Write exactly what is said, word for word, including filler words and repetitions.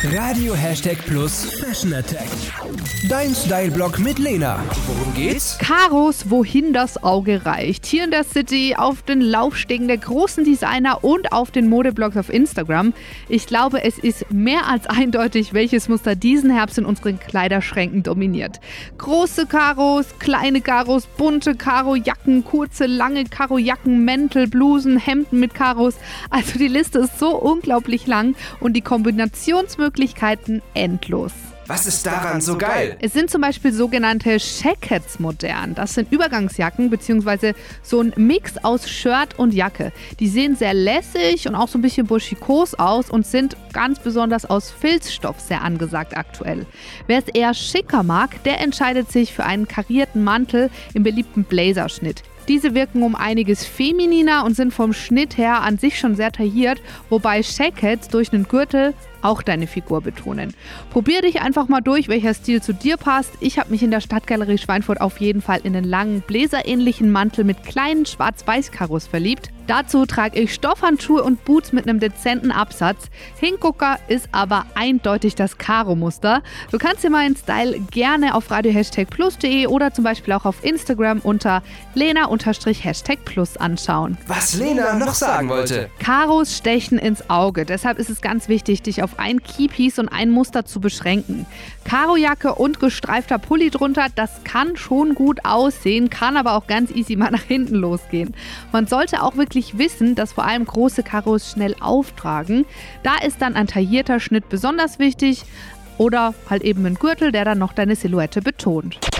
Radio Hashtag Plus Fashion Attack. Dein Style-Blog mit Lena. Worum geht's? Karos, wohin das Auge reicht. Hier in der City, auf den Laufstegen der großen Designer und auf den Modeblogs auf Instagram. Ich glaube, es ist mehr als eindeutig, welches Muster diesen Herbst in unseren Kleiderschränken dominiert. Große Karos, kleine Karos, bunte Karojacken, kurze, lange Karojacken, Mäntel, Blusen, Hemden mit Karos. Also die Liste ist so unglaublich lang und die Kombinationsmöglichkeiten endlos. Was ist daran so geil? Es sind zum Beispiel sogenannte Jackets modern. Das sind Übergangsjacken bzw. so ein Mix aus Shirt und Jacke. Die sehen sehr lässig und auch so ein bisschen burschikos aus und sind ganz besonders aus Filzstoff sehr angesagt aktuell. Wer es eher schicker mag, der entscheidet sich für einen karierten Mantel im beliebten Blazerschnitt. Diese wirken um einiges femininer und sind vom Schnitt her an sich schon sehr tailliert, wobei Jackets durch einen Gürtel auch deine Figur betonen. Probier dich einfach mal durch, welcher Stil zu dir passt. Ich habe mich in der Stadtgalerie Schweinfurt auf jeden Fall in einen langen, bläserähnlichen Mantel mit kleinen Schwarz-Weiß-Karos verliebt. Dazu trage ich Stoffhandschuhe und Boots mit einem dezenten Absatz. Hingucker ist aber eindeutig das Karo-Muster. Du kannst dir meinen Style gerne auf radio hashtag plus punkt de oder zum Beispiel auch auf Instagram unter lena-hashtag plus anschauen. Was Lena noch sagen wollte. Karos stechen ins Auge. Deshalb ist es ganz wichtig, dich auf ein Keypiece und ein Muster zu beschränken. Karojacke und gestreifter Pulli drunter, das kann schon gut aussehen, kann aber auch ganz easy mal nach hinten losgehen. Man sollte auch wirklich wissen, dass vor allem große Karos schnell auftragen. Da ist dann ein taillierter Schnitt besonders wichtig oder halt eben ein Gürtel, der dann noch deine Silhouette betont.